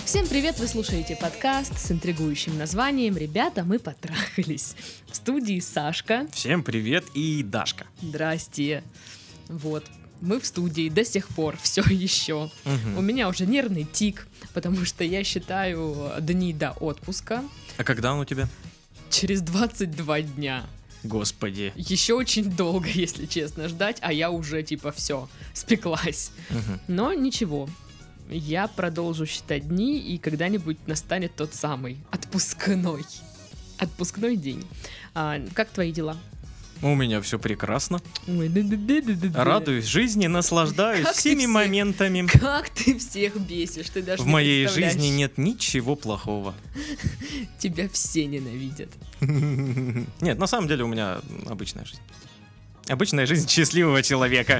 Всем привет! Вы слушаете подкаст с интригующим названием «Ребята, мы потрахались». В студии Сашка. Всем привет и Дашка. Здрасте. Вот, мы в студии до сих пор, все еще. У меня уже нервный тик, потому что я считаю дни до отпуска. А когда он у тебя? Через 22 дня. Господи. Еще очень долго, если честно, ждать, а я уже типа все, спеклась. Но ничего. Я продолжу считать дни, и когда-нибудь настанет тот самый отпускной день. Как твои дела? У меня все прекрасно. Ой, Радуюсь жизни, наслаждаюсь Как всеми ты моментами. Как ты всех бесишь, ты даже В не моей представляешь. жизни нет ничего плохого. Тебя все ненавидят. Нет, на самом деле у меня обычная жизнь. Обычная жизнь счастливого человека.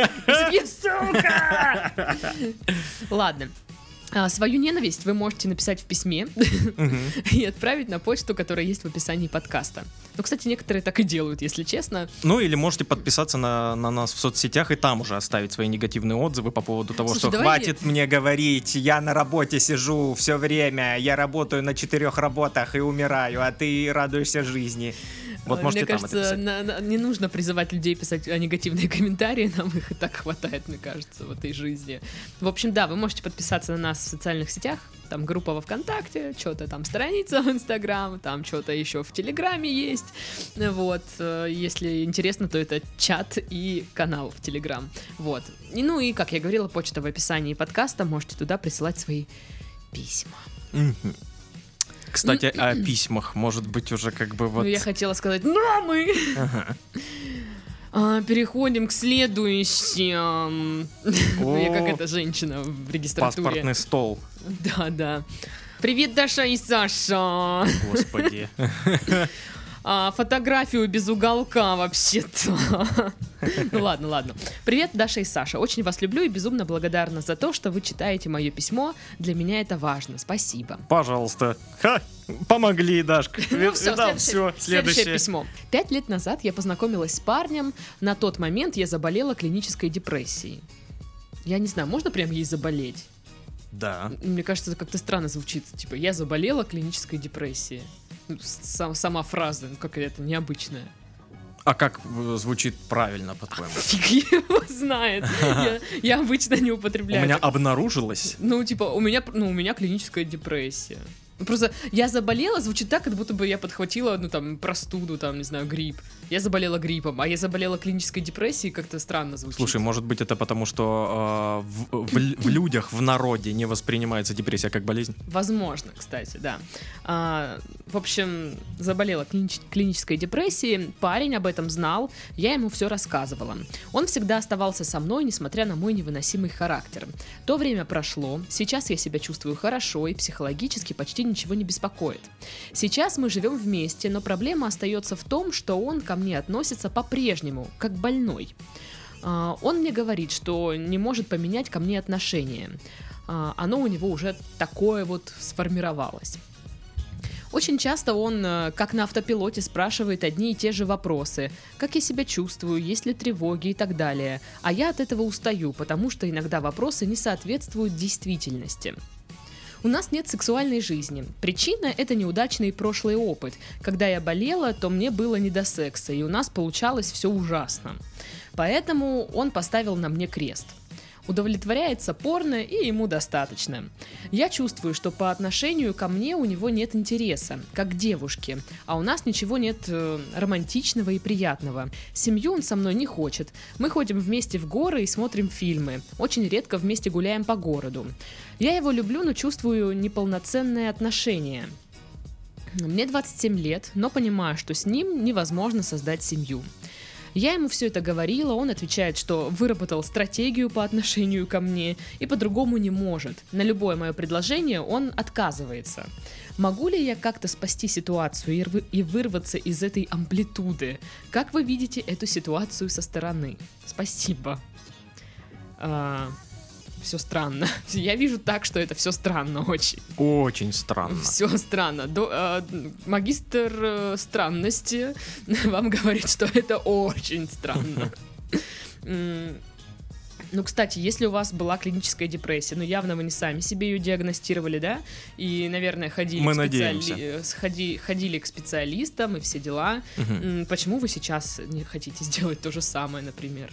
Сука! Ладно. Свою ненависть вы можете написать в письме и отправить на почту, которая есть в описании подкаста. Ну, кстати, некоторые так и делают, если честно. Ну, или можете подписаться на нас в соцсетях и там уже оставить свои негативные отзывы по поводу того, Слушай, что хватит мне говорить, я на работе сижу все время, я работаю на 4 работах и умираю, а ты радуешься жизни. Вот можете мне там кажется, это писать. не нужно призывать людей писать негативные комментарии, нам их и так хватает, мне кажется, в этой жизни. В общем, да, вы можете подписаться на нас в социальных сетях, там группа во ВКонтакте, что-то там страница в Инстаграм, там что-то еще в Телеграме есть, вот, если интересно, то это чат и канал в Телеграм, вот. Ну и, как я говорила, почта в описании подкаста, можете туда присылать свои письма. Кстати, о письмах, может быть, уже как бы вот... Ну, я хотела сказать, но мы переходим к следующим. Я как эта женщина в регистратуре. Паспортный стол. Да. Привет, Даша и Саша. Господи. Фотографию без уголка вообще-то. Ну ладно. Привет, Даша и Саша. Очень вас люблю и безумно благодарна за то, что вы читаете мое письмо. Для меня это важно. Спасибо. Пожалуйста. Помогли, Дашка. Ну все, следующее письмо. 5 лет назад я познакомилась с парнем. На тот момент я заболела клинической депрессией. Я не знаю, можно прям ей заболеть? Да. Мне кажется, это как-то странно звучит. Типа, я заболела клинической депрессией. Сама фраза, как это необычная. А как звучит правильно, по-твоему? Фиг его знает. Я обычно не употребляю. У меня обнаружилось. Ну, типа, у меня клиническая депрессия. Просто я заболела, звучит так, как будто бы я подхватила, простуду, не знаю, грипп. Я заболела гриппом, а я заболела клинической депрессией, как-то странно звучит. Слушай, может быть, это потому, что в людях, в народе не воспринимается депрессия как болезнь? Возможно, кстати, да. В общем, заболела клинической депрессией, парень об этом знал, я ему все рассказывала. Он всегда оставался со мной, несмотря на мой невыносимый характер. То время прошло, сейчас я себя чувствую хорошо и психологически почти ничего не беспокоит. Сейчас мы живем вместе, но проблема остается в том, что он ко мне относится по-прежнему, как больной. Он мне говорит, что не может поменять ко мне отношение. Оно у него уже такое вот сформировалось. Очень часто он, как на автопилоте, спрашивает одни и те же вопросы. Как я себя чувствую, есть ли тревоги и так далее. А я от этого устаю, потому что иногда вопросы не соответствуют действительности. У нас нет сексуальной жизни. Причина – это неудачный прошлый опыт. Когда я болела, то мне было не до секса, и у нас получалось все ужасно. Поэтому он поставил на мне крест. Удовлетворяется порно, и ему достаточно. Я чувствую, что по отношению ко мне у него нет интереса, как к девушке, а у нас ничего нет романтичного и приятного. Семью он со мной не хочет. Мы ходим вместе в горы и смотрим фильмы. Очень редко вместе гуляем по городу. Я его люблю, но чувствую неполноценные отношения. Мне 27 лет, но понимаю, что с ним невозможно создать семью. Я ему все это говорила, он отвечает, что выработал стратегию по отношению ко мне и по-другому не может. На любое мое предложение он отказывается. Могу ли я как-то спасти ситуацию и вырваться из этой амплитуды? Как вы видите эту ситуацию со стороны? Спасибо. Все странно. Я вижу так, что это все странно очень. Очень странно. Все странно. Магистр странности вам говорит, что это очень странно. Ну, кстати, если у вас была клиническая депрессия, ну, явно вы не сами себе ее диагностировали, да? И, наверное, ходили к специалистам и все дела. Почему вы сейчас не хотите сделать то же самое, например?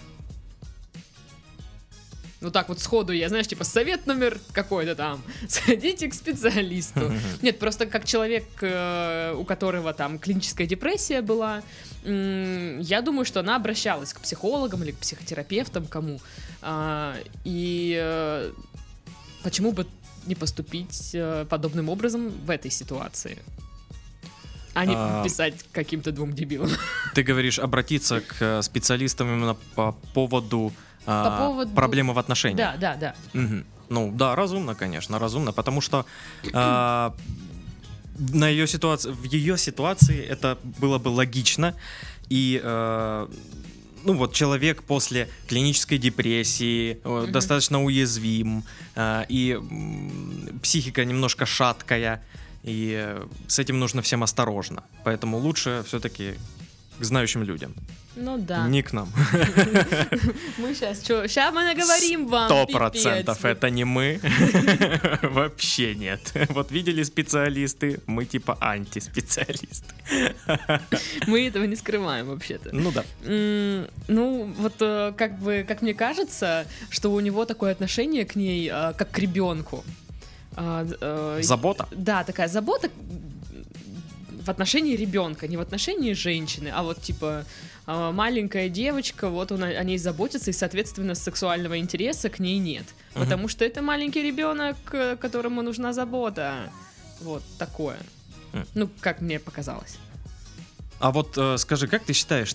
Ну так вот сходу я, знаешь, типа совет номер какой-то там, сходите к специалисту. Нет, просто как человек, у которого там клиническая депрессия была, я думаю, что она обращалась к психологам или к психотерапевтам, кому. И почему бы не поступить подобным образом в этой ситуации? А не писать каким-то двум дебилам. Ты говоришь обратиться к специалистам именно по поводу проблемы в отношениях. Да. Угу. Ну да, разумно, конечно, разумно, потому что в ее ситуации это было бы логично, и ну вот человек после клинической депрессии достаточно уязвим, и психика немножко шаткая, и с этим нужно всем осторожно, поэтому лучше все-таки к знающим людям. Ну да. Не к нам. Мы сейчас мы наговорим вам. 100% это не мы. Вообще нет. Вот видели специалисты, мы типа антиспециалисты. Мы этого не скрываем вообще-то. Ну да. Ну вот как мне кажется, что у него такое отношение к ней, как к ребенку. Забота? Да, такая забота в отношении ребенка, не в отношении женщины, а вот типа маленькая девочка, вот он о ней заботится, и, соответственно, сексуального интереса к ней нет. Потому что это маленький ребенок, которому нужна забота. Вот такое. Ну, как мне показалось. А вот скажи, как ты считаешь,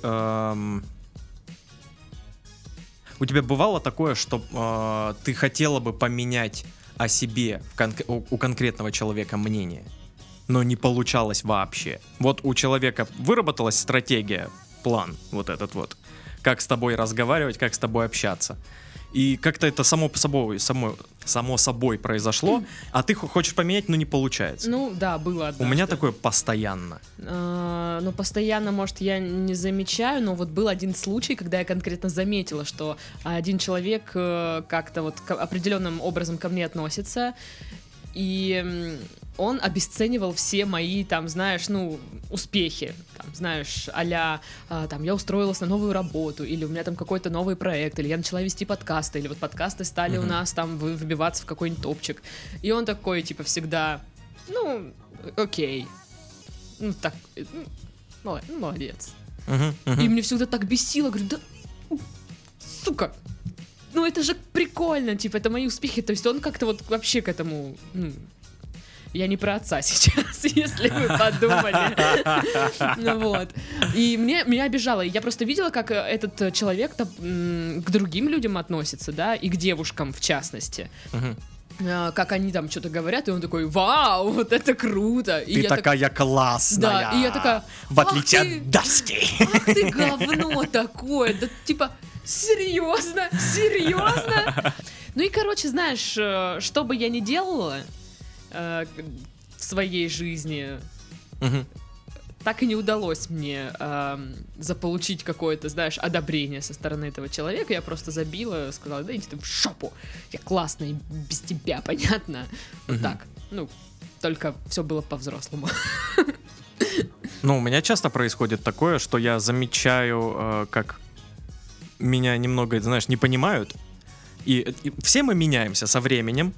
у тебя бывало такое, что ты хотела бы поменять о себе у конкретного человека мнение, но не получалось вообще? Вот у человека выработалась стратегия, план вот этот вот, как с тобой разговаривать, как с тобой общаться. И как-то это само собой произошло, а ты хочешь поменять, но не получается. Ну да, было однажды. У меня такое постоянно. Ну постоянно, может, я не замечаю, но вот был один случай, когда я конкретно заметила, что один человек как-то вот определенным образом ко мне относится, и он обесценивал все мои, там, знаешь, ну, успехи, там, знаешь, а-ля, там, я устроилась на новую работу, или у меня там какой-то новый проект, или я начала вести подкасты, или вот подкасты стали у нас там выбиваться в какой-нибудь топчик. И он такой, типа, всегда, ну, окей, ну, так, молодец. И мне всегда так бесило, говорю, да, сука, ну, это же прикольно, типа, это мои успехи, то есть он как-то вот вообще к этому, ну, я не про отца сейчас, если вы подумали. Ну вот. И меня обижало. Я просто видела, как этот человек к другим людям относится, да, и к девушкам в частности. Как они там что-то говорят, и он такой: вау, вот это круто. И ты такая классная. Да, и я такая: в отличие от Дасти. Ах ты говно такое. Да типа, серьезно? Ну и, короче, знаешь, что бы я ни делала в своей жизни, так и не удалось мне заполучить какое-то, знаешь, одобрение со стороны этого человека. Я просто забила, сказала: да иди ты в шопу, я классная и без тебя, понятно? Вот так. Ну, только все было по-взрослому. Ну, у меня часто происходит такое, что я замечаю, как меня немного, знаешь, не понимают. И все мы меняемся со временем.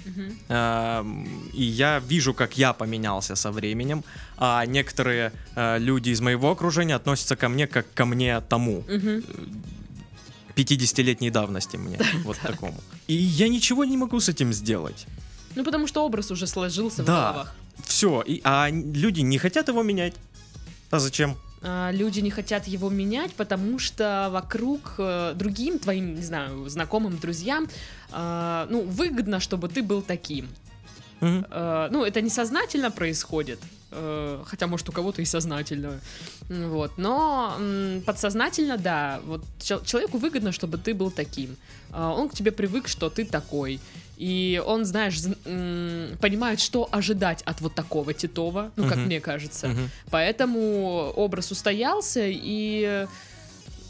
И я вижу, как я поменялся со временем, а некоторые люди из моего окружения относятся ко мне как ко мне тому. 50-летней давности мне, вот такому. И я ничего не могу с этим сделать. Ну, потому что образ уже сложился в головах. Все, а люди не хотят его менять. А зачем? Люди не хотят его менять, потому что вокруг другим твоим, не знаю, знакомым, друзьям, ну, выгодно, чтобы ты был таким. Ну, это несознательно происходит, хотя, может, у кого-то и сознательно, вот, но подсознательно, да, вот человеку выгодно, чтобы ты был таким, он к тебе привык, что ты такой, и он, знаешь, понимает, что ожидать от вот такого Титова, ну, как мне кажется, поэтому образ устоялся, и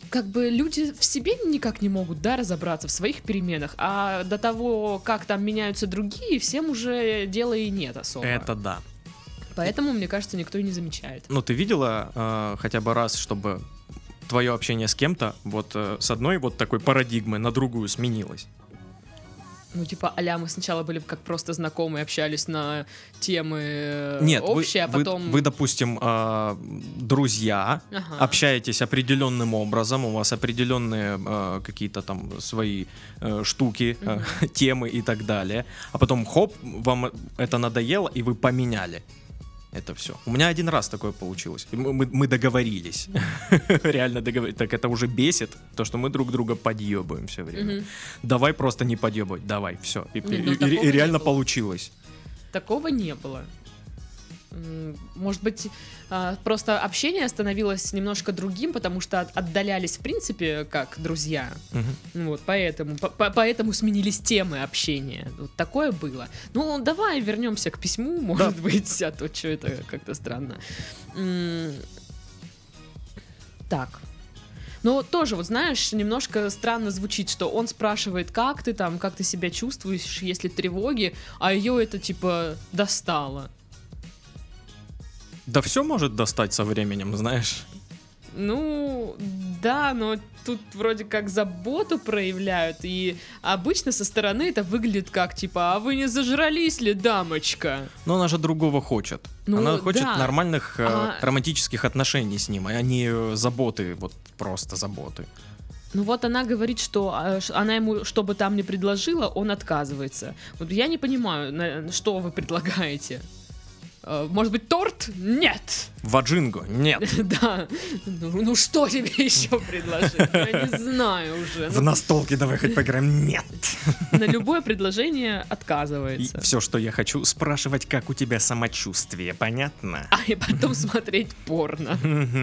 как бы люди в себе никак не могут, да, разобраться в своих переменах, а до того, как там меняются другие, всем уже дела и нет особо. Это да. Поэтому, мне кажется, никто и не замечает. Ну, ты видела хотя бы раз, чтобы твое общение с кем-то вот с одной вот такой парадигмы на другую сменилось? Ну, типа, а-ля мы сначала были как просто знакомые, общались на темы Нет, общие, а потом... вы, допустим, друзья, Ага. общаетесь определенным образом, у вас определенные какие-то там свои штуки, темы и так далее, а потом, хоп, вам это надоело, и вы поменяли это все. У меня один раз такое получилось. Мы договорились. Реально договорились. Так это уже бесит, то, что мы друг друга подъебываем все время. Давай просто не подъебывать, давай, все. И реально получилось. Такого не было. Может быть, просто общение становилось немножко другим, потому что отдалялись, в принципе, как друзья. Вот, поэтому сменились темы общения. Вот такое было. Ну, давай вернемся к письму, может быть, а то что это как-то странно. Так. Но тоже, вот знаешь, немножко странно звучит, что он спрашивает, как ты там, как ты себя чувствуешь, есть ли тревоги, а ее это типа достало. Да все может достать со временем, знаешь. Ну, да, но тут вроде как заботу проявляют, и обычно со стороны это выглядит как, типа, а вы не зажрались ли, дамочка? Но она же другого хочет. Ну, она хочет да. нормальных романтических отношений с ним, а не заботы, вот просто заботы. Ну вот она говорит, что она ему, что бы там ни предложила, он отказывается. Вот я не понимаю, что вы предлагаете. Может быть, торт? Нет. Ваджинго? Нет. Да. Ну что тебе еще предложить? Я не знаю уже. В настолке давай хоть поиграем. Нет. На любое предложение отказывается. Все, что я хочу, спрашивать, как у тебя самочувствие, понятно? И потом смотреть порно.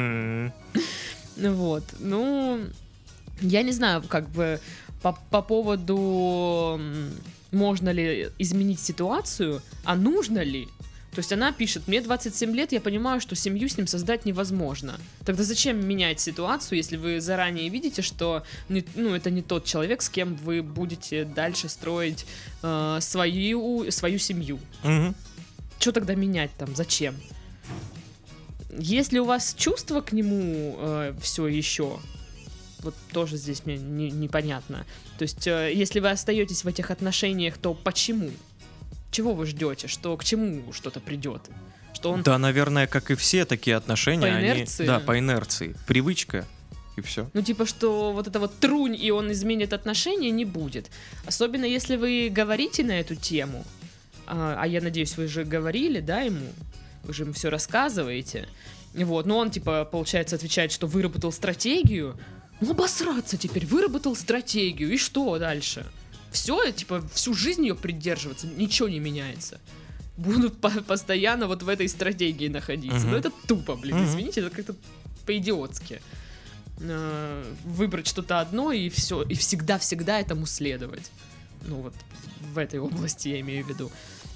Вот. Ну, я не знаю, как бы по поводу можно ли изменить ситуацию, а нужно ли. То есть она пишет, мне 27 лет, я понимаю, что семью с ним создать невозможно. Тогда зачем менять ситуацию, если вы заранее видите, что это не тот человек, с кем вы будете дальше строить свою семью? Что тогда менять там, зачем? Если у вас чувство к нему все еще, вот тоже здесь мне непонятно. То есть если вы остаетесь в этих отношениях, то почему? Чего вы ждете? К чему что-то придет? Что он... Да, наверное, как и все такие отношения. По инерции? Да, по инерции. Привычка, и все. Ну, типа, что вот это вот трунь, и он изменит отношения, не будет. Особенно, если вы говорите на эту тему. А я надеюсь, вы же говорили, да, ему? Вы же ему все рассказываете. Вот, но он, типа, получается, отвечает, что выработал стратегию. Ну, обосраться теперь, выработал стратегию. И что дальше? Все, типа, всю жизнь ее придерживаться, ничего не меняется. Будут постоянно вот в этой стратегии находиться. Ну, это тупо, блин, извините, это как-то по-идиотски. Выбрать что-то одно и все, и всегда этому следовать. Ну, вот в этой области я имею в виду.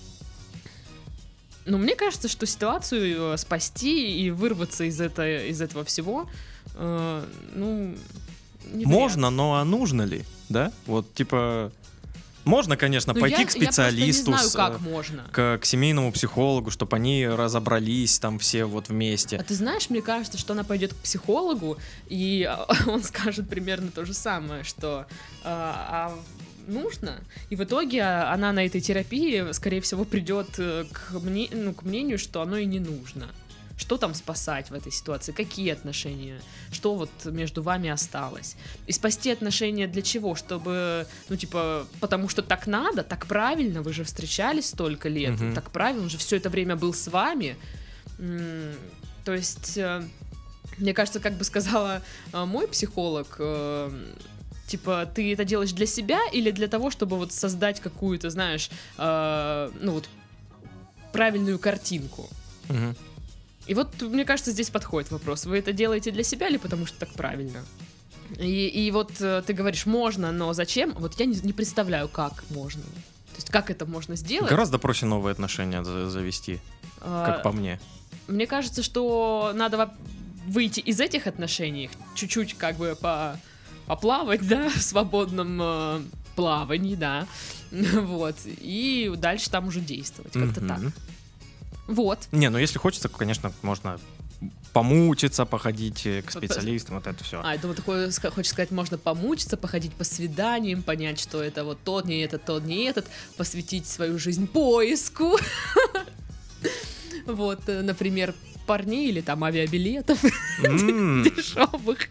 Но мне кажется, что ситуацию спасти и вырваться из этого всего, ну, можно, но а нужно ли? Да? Вот, типа... Можно, конечно, пойти к специалисту, я не знаю, как можно. К семейному психологу, чтобы они разобрались там все вот вместе. А ты знаешь, мне кажется, что она пойдет к психологу, и он скажет примерно то же самое, что нужно. И в итоге она на этой терапии, скорее всего, придет к мнению, что оно и не нужно. Что там спасать в этой ситуации? Какие отношения? Что вот между вами осталось? И спасти отношения для чего? Чтобы, потому что так надо, так правильно, вы же встречались столько лет, так правильно, он же все это время был с вами. То есть, мне кажется, как бы сказала мой психолог, типа, ты это делаешь для себя или для того, чтобы вот создать какую-то, знаешь, правильную картинку? И вот, мне кажется, здесь подходит вопрос. Вы это делаете для себя или потому что так правильно? И вот ты говоришь, можно, но зачем? Вот я не представляю, как можно. То есть, как это можно сделать? Гораздо проще новые отношения завести, как по мне. Мне кажется, что надо выйти из этих отношений, чуть-чуть как бы поплавать, да, в свободном плавании, да, вот, и дальше там уже действовать, как-то так. Вот. Не, ну если хочется, конечно, можно помучиться, походить к специалистам, вот это все. Я думаю, ты хочешь сказать, можно помучиться, походить по свиданиям, понять, что это вот тот, не этот, посвятить свою жизнь поиску. Вот, например, парней или там авиабилетов дешевых.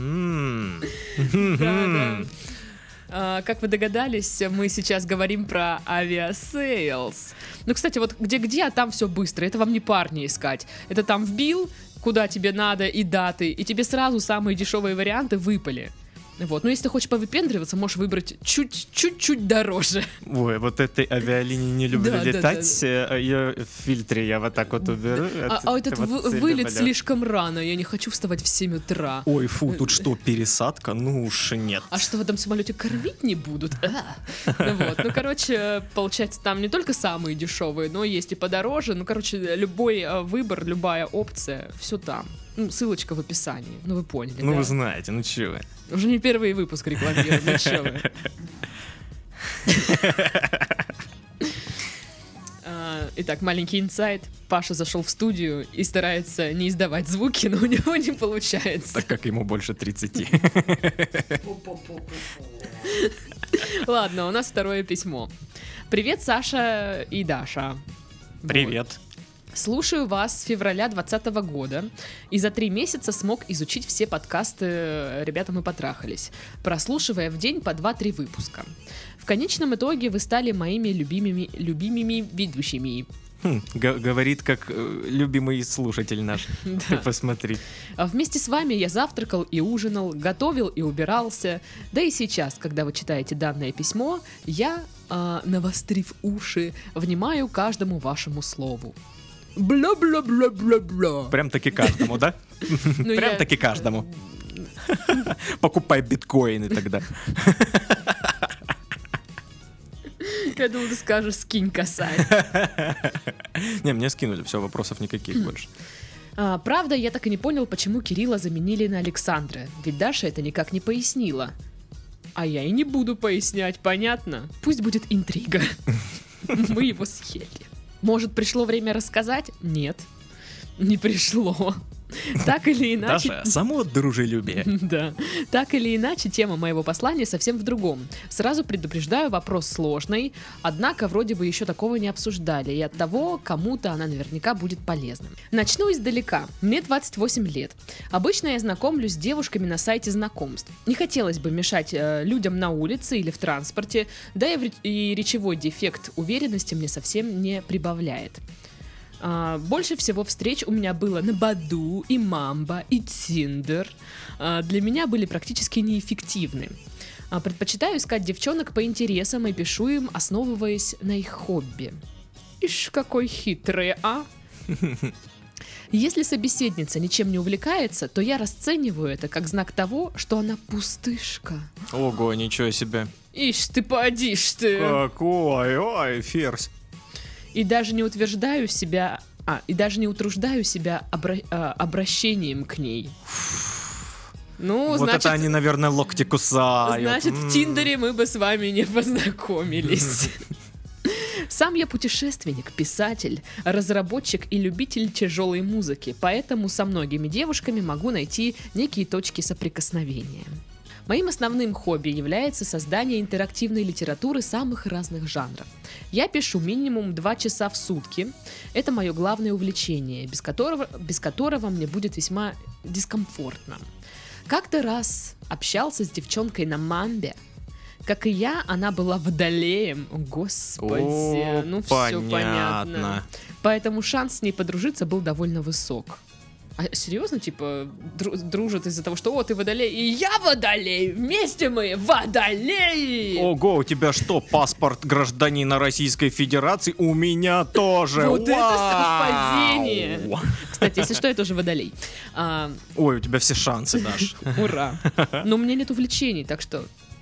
Как вы догадались, мы сейчас говорим про авиасейлс. Ну, кстати, вот где-где, а там все быстро. Это вам не парни искать. Это там вбил, куда тебе надо, и даты, и тебе сразу самые дешевые варианты выпали. Вот. Но если ты хочешь повыпендриваться, можешь выбрать чуть-чуть дороже. Ой, вот этой авиалинии не люблю летать. Ее в фильтре я вот так вот уберу. А этот вылет слишком рано. Я не хочу вставать в 7 утра. Ой, фу, тут что, пересадка? Ну уж нет. А что, в этом самолете кормить не будут? Вот. Ну, короче, получается, там не только самые дешевые, но есть и подороже. Ну, короче, любой выбор, любая опция, все там. Ну, ссылочка в описании. Ну, вы поняли, Ну, да? вы знаете, ну чё вы. Уже не первый выпуск рекламируем, ну чё вы. Итак, маленький инсайт. Паша зашел в студию и старается не издавать звуки, но у него не получается. Так как ему больше 30. Ладно, у нас второе письмо. Привет, Саша и Даша. Привет. Слушаю вас с февраля 2020 года и за 3 месяца смог изучить все подкасты «Ребята, мы потрахались», прослушивая в день по 2-3 выпуска. В конечном итоге вы стали моими любимыми ведущими. Говорит, как любимый слушатель наш. Ты посмотри. Вместе с вами я завтракал и ужинал, готовил и убирался. Да и сейчас, когда вы читаете данное письмо, я, навострив уши, внимаю каждому вашему слову. Бла-бла-бла-бла-бла. Прям-таки каждому, да? Прям-таки каждому. Покупай биткоины тогда. Я думал, ты скажешь, скинь косарь. Не, мне скинули, все, вопросов никаких больше. Правда, я так и не понял, почему Кирилла заменили на Александра. Ведь Даша это никак не пояснила. А я и не буду пояснять, понятно? Пусть будет интрига. Мы его съели. Может, пришло время рассказать? Нет, не пришло. Так или иначе... Даша, само дружелюбие. Да. Так или иначе, тема моего послания совсем в другом. Сразу предупреждаю, вопрос сложный, однако вроде бы еще такого не обсуждали, и оттого кому-то она наверняка будет полезным. Начну издалека. Мне 28 лет. Обычно я знакомлюсь с девушками на сайте знакомств. Не хотелось бы мешать людям на улице или в транспорте, да и речевой дефект уверенности мне совсем не прибавляет. Больше всего встреч у меня было на Баду, и Мамба, и Тиндер. Для меня были практически неэффективны. Предпочитаю искать девчонок по интересам и пишу им, основываясь на их хобби. Ишь, какой хитрый, а? Если собеседница ничем не увлекается, то я расцениваю это как знак того, что она пустышка. Ого, ничего себе. Ишь ты, подишь ты. Какой, ой, ферзь. И даже не утруждаю себя обращением к ней. Ну, вот значит, это они, наверное, локти кусают. Значит, в Тиндере мы бы с вами не познакомились. Сам я путешественник, писатель, разработчик и любитель тяжелой музыки, поэтому со многими девушками могу найти некие точки соприкосновения. Моим основным хобби является создание интерактивной литературы самых разных жанров. Я пишу минимум 2 часа в сутки. Это мое главное увлечение, без которого мне будет весьма дискомфортно. Как-то раз общался с девчонкой на Мамбе. Как и я, она была водолеем. Господи, ну все понятно. Поэтому шанс с ней подружиться был довольно высок. А серьезно, типа, дружат из-за того, что о, ты водолей, и я водолей, вместе мы водолеи! Ого, у тебя что, паспорт гражданина Российской Федерации? У меня тоже! Вот это совпадение! Кстати, если что, я тоже водолей. Ой, у тебя все шансы, Даш. Ура! Но у меня нет увлечений, так что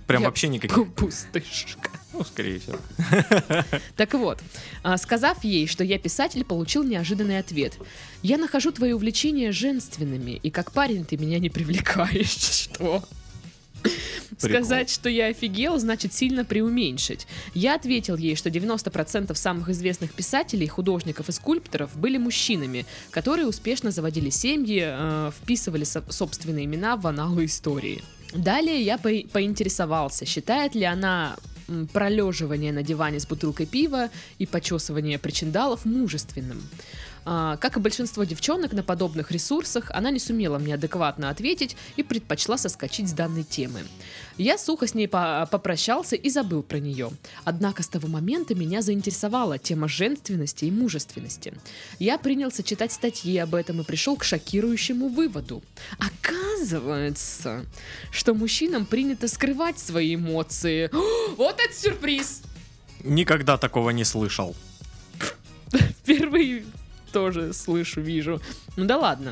Прям Я вообще никаких. Пустышка. Ну, скорее всего. Так вот, сказав ей, что я писатель, получил неожиданный ответ. Я нахожу твои увлечения женственными, и как парень ты меня не привлекаешь. Что? Сказать, что я офигел, значит сильно преуменьшить. Я ответил ей, что 90% самых известных писателей, художников и скульпторов были мужчинами, которые успешно заводили семьи, вписывали собственные имена в аналы истории. Далее я поинтересовался, считает ли она пролеживание на диване с бутылкой пива и почесывание причиндалов мужественным. Как и большинство девчонок на подобных ресурсах, она не сумела мне адекватно ответить и предпочла соскочить с данной темы. Я сухо с ней попрощался и забыл про нее. Однако с того момента меня заинтересовала тема женственности и мужественности. Я принялся читать статьи об этом и пришел к шокирующему выводу. Оказывается, что мужчинам принято скрывать свои эмоции. Вот это сюрприз! Никогда такого не слышал. Впервые тоже слышу, вижу. Ну да ладно.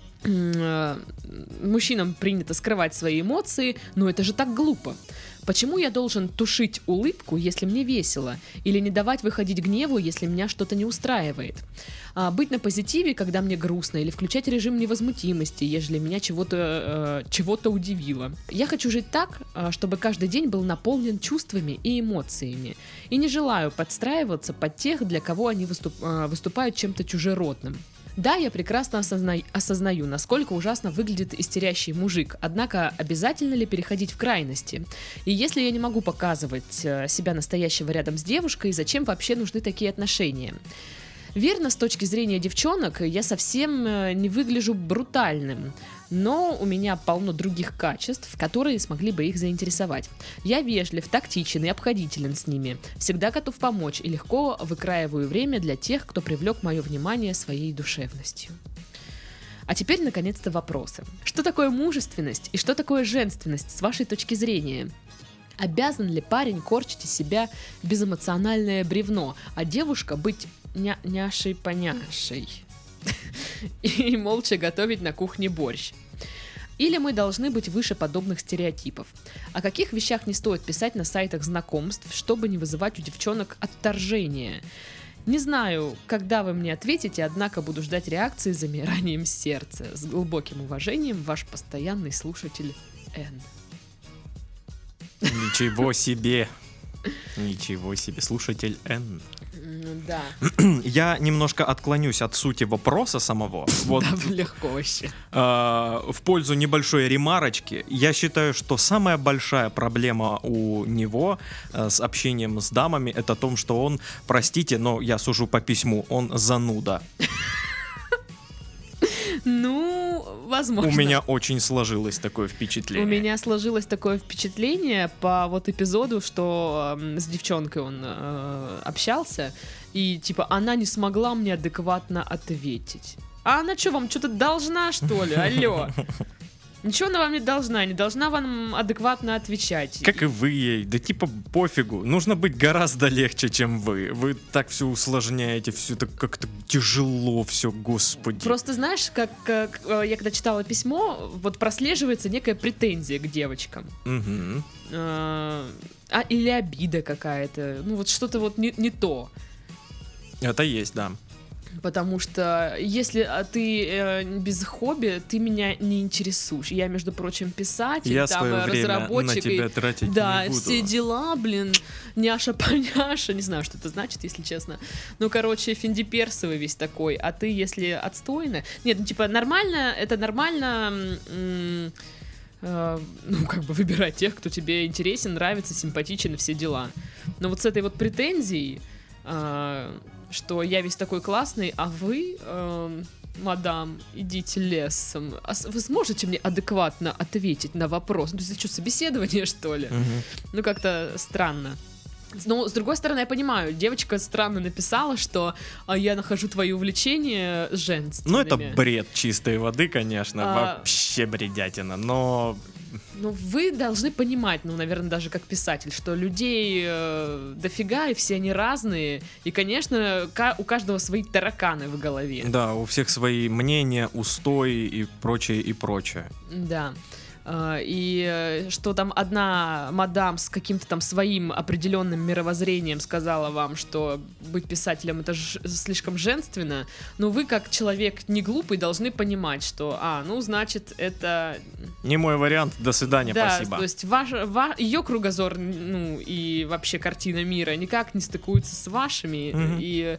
Мужчинам принято скрывать свои эмоции, но это же так глупо. Почему я должен тушить улыбку, если мне весело? Или не давать выходить гневу, если меня что-то не устраивает? Быть на позитиве, когда мне грустно, или включать режим невозмутимости, ежели меня чего-то удивило. Я хочу жить так, чтобы каждый день был наполнен чувствами и эмоциями. И не желаю подстраиваться под тех, для кого они выступают чем-то чужеродным. Да, я прекрасно осознаю, насколько ужасно выглядит истерящий мужик, однако обязательно ли переходить в крайности? И если я не могу показывать себя настоящего рядом с девушкой, зачем вообще нужны такие отношения? Верно, с точки зрения девчонок, я совсем не выгляжу брутальным, но у меня полно других качеств, которые смогли бы их заинтересовать. Я вежлив, тактичен и обходителен с ними, всегда готов помочь и легко выкраиваю время для тех, кто привлек мое внимание своей душевностью. А теперь, наконец-то, вопросы. Что такое мужественность и что такое женственность с вашей точки зрения? Обязан ли парень корчить из себя безэмоциональное бревно, а девушка быть няшей-поняшей и молча готовить на кухне борщ? Или мы должны быть выше подобных стереотипов? О каких вещах не стоит писать на сайтах знакомств, чтобы не вызывать у девчонок отторжение? Не знаю, когда вы мне ответите, однако буду ждать реакции с замиранием сердца. С глубоким уважением, ваш постоянный слушатель Н. Ничего себе. Ничего себе, слушатель Н. Да. Я немножко отклонюсь от сути вопроса самого. Вот, Да, легко вообще. в пользу небольшой ремарочки. Я считаю, что самая большая проблема у него с общением с дамами, это том, что он, простите, но я сужу по письму, он зануда. Ну, возможно. У меня очень сложилось такое впечатление. У меня сложилось такое впечатление по вот эпизоду, что с девчонкой он общался, и типа она не смогла мне адекватно ответить. А она что, вам что-то должна, что ли? Алло. Ничего она вам не должна вам адекватно отвечать. Как и вы ей, да типа пофигу. Нужно быть гораздо легче, чем вы. Вы так все усложняете, все так как-то тяжело, все, господи. Просто знаешь, как я когда читала письмо, вот прослеживается некая претензия к девочкам. Угу. Или обида какая-то. Ну вот что-то вот не то. Это есть, да. Потому что если ты без хобби, ты меня не интересуешь. Я, между прочим, писатель, я там свое время разработчик. на тебя тратить да, не буду. все дела, блин, няша-поняша. Не знаю, что это значит, если честно. Ну, короче, финдиперсовый весь такой. А ты, если отстойно... Нет, ну, типа, нормально, это нормально... ну, как бы выбирать тех, кто тебе интересен, нравится, симпатичен и все дела. Но вот с этой вот претензией... что я весь такой классный, а вы, мадам, идите лесом. А вы сможете мне адекватно ответить на вопрос? Ну, это что, собеседование, что ли? Ну, как-то странно. Но, с другой стороны, я понимаю, девочка странно написала, что я нахожу твои увлечения женственными. Ну, это бред чистой воды, конечно, вообще бредятина, но... Ну, вы должны понимать, ну, наверное, даже как писатель, что людей дофига, и все они разные, и, конечно, у каждого свои тараканы в голове. Да, у всех свои мнения, устои и прочее, и прочее. Да. и что там одна мадам с каким-то там своим определенным мировоззрением сказала вам, что быть писателем это слишком женственно, но вы как человек не глупый должны понимать, что, ну значит это... Не мой вариант, до свидания, да, спасибо. То есть ее кругозор, ну и вообще картина мира никак не стыкуется с вашими, и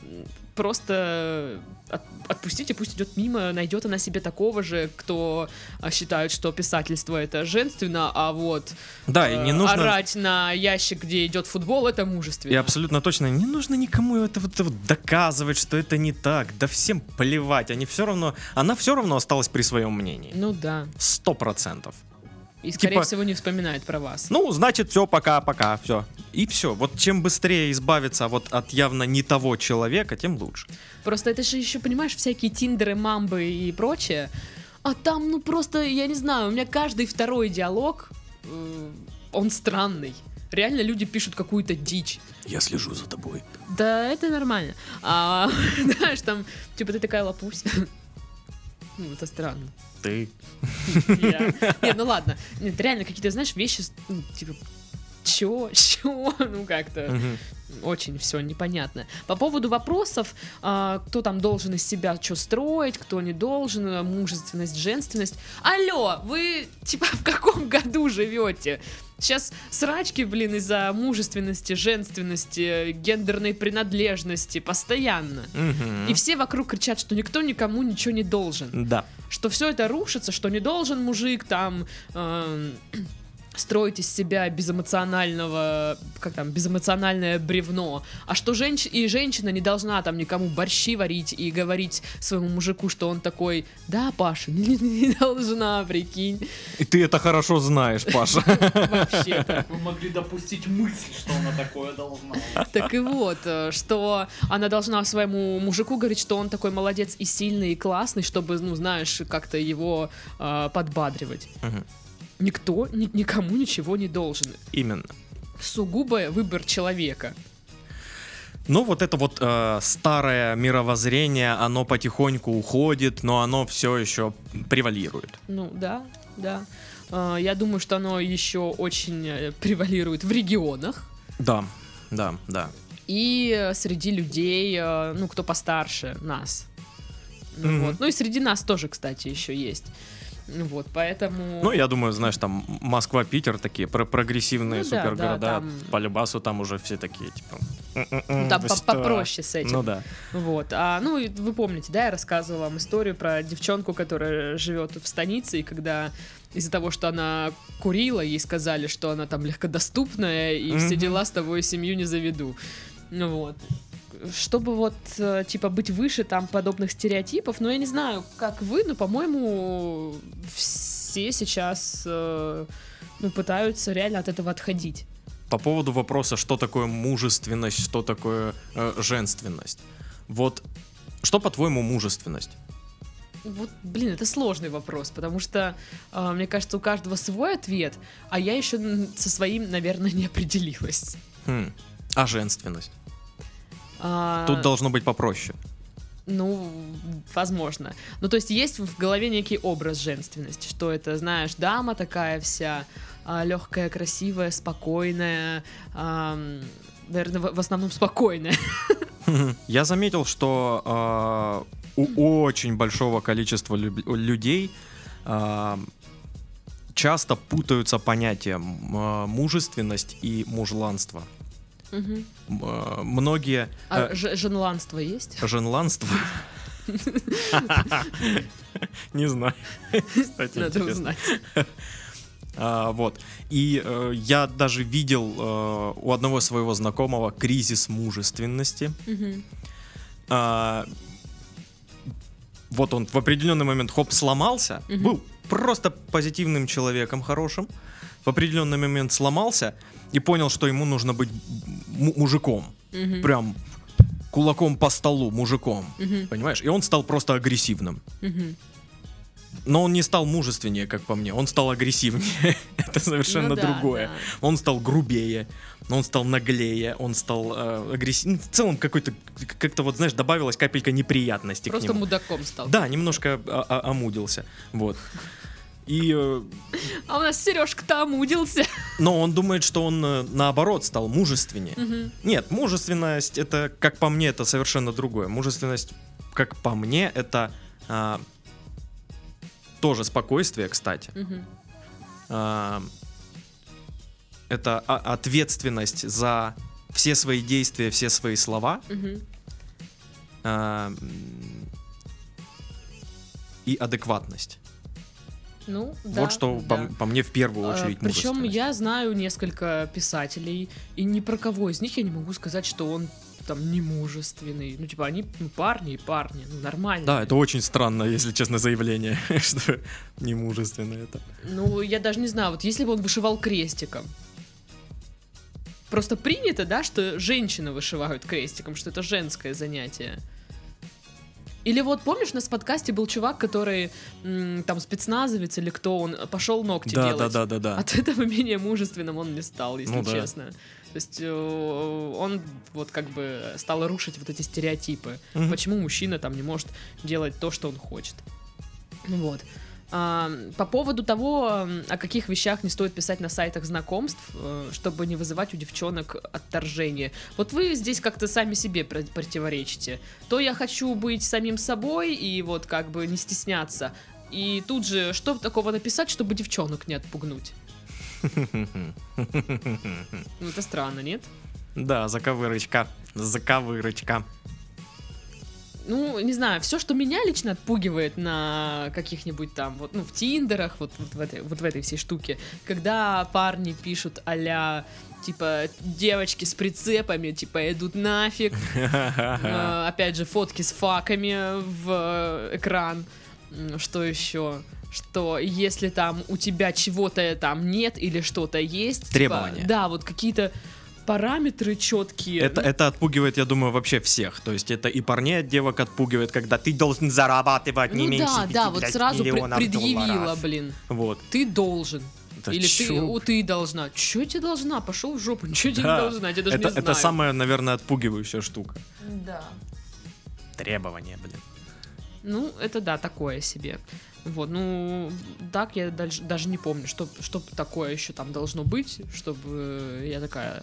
просто отпустите, пусть идет мимо, найдет она себе такого же, кто считает, что писательство это женственно, а вот да, и не нужно... орать на ящик, где идет футбол, это мужественно. И абсолютно точно не нужно никому это вот доказывать, что это не так. Да всем плевать, она все равно осталась при своем мнении. Ну да. 100%. И, скорее всего, не вспоминает про вас. Ну, значит, все, пока, все. И все. Вот чем быстрее избавиться вот от явно не того человека, тем лучше. Просто это же еще, понимаешь, всякие тиндеры, мамбы и прочее. А там, ну просто, я не знаю, у меня каждый второй диалог, он странный. Реально люди пишут какую-то дичь. Я слежу за тобой. Да, это нормально. Знаешь, там, типа, ты такая лапусь. Ну, это странно. Ты. Нет, ну ладно. Нет, реально какие-то, знаешь, вещи, типа, чё? Ну, как-то очень все непонятно. По поводу вопросов, кто там должен из себя что строить, кто не должен, мужественность, женственность. Алло, вы, типа, в каком году живете? Сейчас срачки, блин, из-за мужественности, женственности, гендерной принадлежности постоянно. И все вокруг кричат, что никто никому ничего не должен. Да. Что все это рушится, что не должен мужик там строить из себя безэмоциональное бревно, а что женщина не должна там никому борщи варить и говорить своему мужику, что он такой: да, Паша, не должна, прикинь. И ты это хорошо знаешь, Паша. Вообще-то. Вы могли допустить мысль, что она такое должна. Так и вот, что она должна своему мужику говорить, что он такой молодец и сильный, и классный, чтобы, ну, знаешь, как-то его подбадривать. Никто никому ничего не должен. Именно. Сугубо выбор человека. Ну, вот это вот старое мировоззрение, оно потихоньку уходит, но оно все еще превалирует. Ну, да. Я думаю, что оно еще очень превалирует в регионах. Да. И среди людей, ну, кто постарше нас. Вот. Ну, и среди нас тоже, кстати, еще есть. Вот, поэтому... Ну, я думаю, знаешь, там Москва, Питер такие прогрессивные супергорода. Да, там... По любасу там уже все такие, типа... Ну, там попроще с этим. Ну, да. Вот. Ну, вы помните, да, я рассказывала вам историю про девчонку, которая живет в станице, и когда из-за того, что она курила, ей сказали, что она там легкодоступная, и все дела, с тобой семью не заведу. Ну, вот. Чтобы вот, типа, быть выше там подобных стереотипов, ну, я не знаю, как вы, но, по-моему, все сейчас, пытаются реально от этого отходить. По поводу вопроса, что такое мужественность, что такое женственность. Вот, что, по-твоему, мужественность? Вот, блин, это сложный вопрос, потому что, мне кажется, у каждого свой ответ, а я еще со своим, наверное, не определилась. А женственность? Тут должно быть попроще. Ну, возможно. Ну, то есть в голове некий образ женственности, что это, знаешь, дама такая вся легкая, красивая, спокойная, наверное, в основном спокойная. Я заметил, что у очень большого количества людей часто путаются понятия мужественность и мужланство. Многие... женланство есть? Женланство? Не знаю. Кстати, надо узнать. Вот. И я даже видел у одного своего знакомого кризис мужественности. Вот он в определенный момент сломался, был просто позитивным человеком, хорошим. В определенный момент сломался и понял, что ему нужно быть мужиком. Прям кулаком по столу, мужиком. Понимаешь? И он стал просто агрессивным. Но он не стал мужественнее, как по мне. Он стал агрессивнее. Это совершенно другое. Да. Он стал грубее, он стал наглее, он стал агрессивнее. В целом как-то вот, знаешь, добавилась капелька неприятности просто к нему. Просто мудаком стал. Да, немножко омудился. Вот. И, А у нас Сережка-то омудился. но он думает, что он наоборот стал мужественнее. Мгм. Нет, мужественность, это, как по мне, это совершенно другое. Мужественность, как по мне, это тоже спокойствие, кстати. Мгм. Это ответственность за все свои действия, все свои слова. Мгм. И адекватность. Ну, да. Вот что да. по мне в первую очередь Причем мужественность. я знаю несколько писателей, и ни про кого из них я не могу сказать, что он там не мужественный. Ну, типа, они парни и парни, ну, нормально. Да, это очень странно, если честно, заявление, что не мужественно это. Ну, я даже не знаю, вот если бы он вышивал крестиком. Просто принято, да, что женщины вышивают крестиком, что это женское занятие. Или вот, помнишь, у нас в подкасте был чувак, который там спецназовец или кто, он пошел ногти делать. Да. От этого менее мужественным он не стал, если Ну да. честно. То есть он вот как бы стал рушить вот эти стереотипы. Мгм. Почему мужчина там не может делать то, что он хочет. Вот. По поводу того, о каких вещах не стоит писать на сайтах знакомств, чтобы не вызывать у девчонок отторжение. Вот вы здесь как-то сами себе противоречите. То я хочу быть самим собой и вот как бы не стесняться. И тут же, что такого написать, чтобы девчонок не отпугнуть? Ну это странно, нет? Да, заковырочка. Заковырочка. Ну, не знаю, все, что меня лично отпугивает на каких-нибудь там, вот, ну, в тиндерах, вот в этой всей штуке, когда парни пишут а-ля, типа, девочки с прицепами, типа, идут нафиг, опять же, фотки с факами в экран, что еще? Что если там у тебя чего-то там нет или что-то есть, типа, Требования. да, вот какие-то параметры четкие. Это отпугивает, я думаю, вообще всех. То есть это и парней от девок отпугивает, когда ты должен зарабатывать не Ну меньше да, да, 5 вот сразу миллионов предъявила, долларов. блин. Вот. Ты должен. Да Или чё? ты должна. Че тебе должна? Пошел в жопу, ничего тебе Да. не должна, я тебя даже это, не знаю. это самая, наверное, отпугивающая штука. Да. Требования, блин. Ну, это да, такое себе. Вот, ну, так я даже не помню, что такое еще там должно быть, чтобы я такая...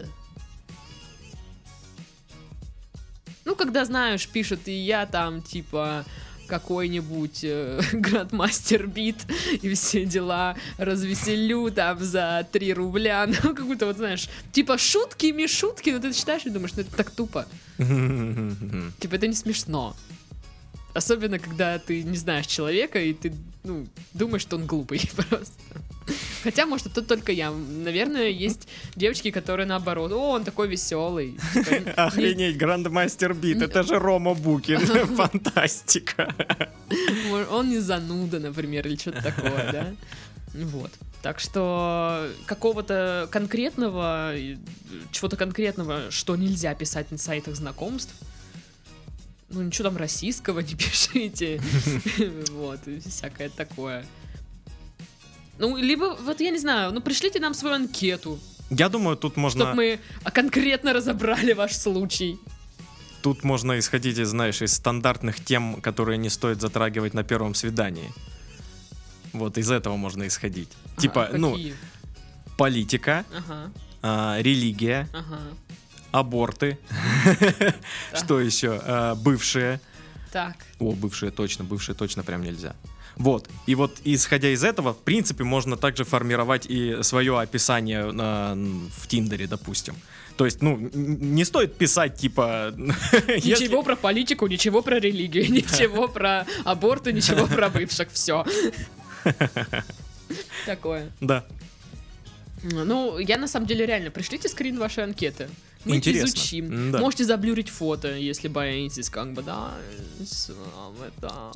Ну, когда, знаешь, пишут, и я там, типа, какой-нибудь грандмастер бит и все дела развеселю там за 3 рубля, ну, какую-то вот, знаешь, типа шутки, шутки, но ты читаешь и думаешь, ну, это так тупо. Типа, это не смешно. Особенно, когда ты не знаешь человека, и ты, ну, думаешь, что он глупый просто. Хотя, может, это только я. Наверное, есть девочки, которые наоборот. О, он такой веселый. Охренеть, грандмастер бит, это же Рома Букин, фантастика. Он не зануда, например, или что-то такое, да? Вот. Так что какого-то конкретного, чего-то конкретного, что нельзя писать на сайтах знакомств, ну, ничего там российского не пишите. Вот, и всякое такое. Ну, либо, вот я не знаю, ну, пришлите нам свою анкету, Я думаю, тут можно... чтобы мы конкретно разобрали ваш случай. Тут можно исходить, знаешь, из стандартных тем, которые не стоит затрагивать на первом свидании. Вот из этого можно исходить. Типа, ну, Какие? политика, Ага, религия, ага. аборты. Что еще? Бывшие. Так. О, бывшие точно прям нельзя. Вот. И вот исходя из этого, в принципе, можно также формировать и свое описание в Тиндере, допустим. То есть, ну, не стоит писать, типа... Ничего про политику, ничего про религию, ничего про аборты, ничего про бывших, все. Такое. Да. Ну, я на самом деле реально, пришлите скрин вашей анкеты. Мы Интересно. изучим. Да. Можете заблюрить фото, если боитесь, как бы, да. Да.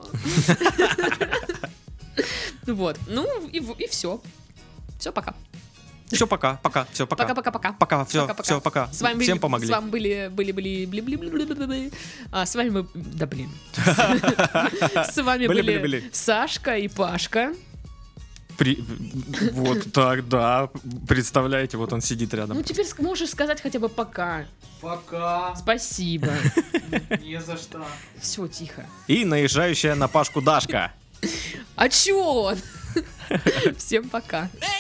Вот. Ну, и все. Все, пока. Все, пока. Все, пока. Пока-пока-пока. Пока, все, пока. С вами Всем помогли. С вами были... С вами мы... Да блин. С вами Были. были Сашка и Пашка. Вот так, да. Представляете, вот он сидит рядом. Ну, теперь можешь сказать хотя бы пока. Пока. Спасибо. Не за что. Все, тихо. И наезжающая на Пашку Дашка. А чё он? Всем пока. Hey!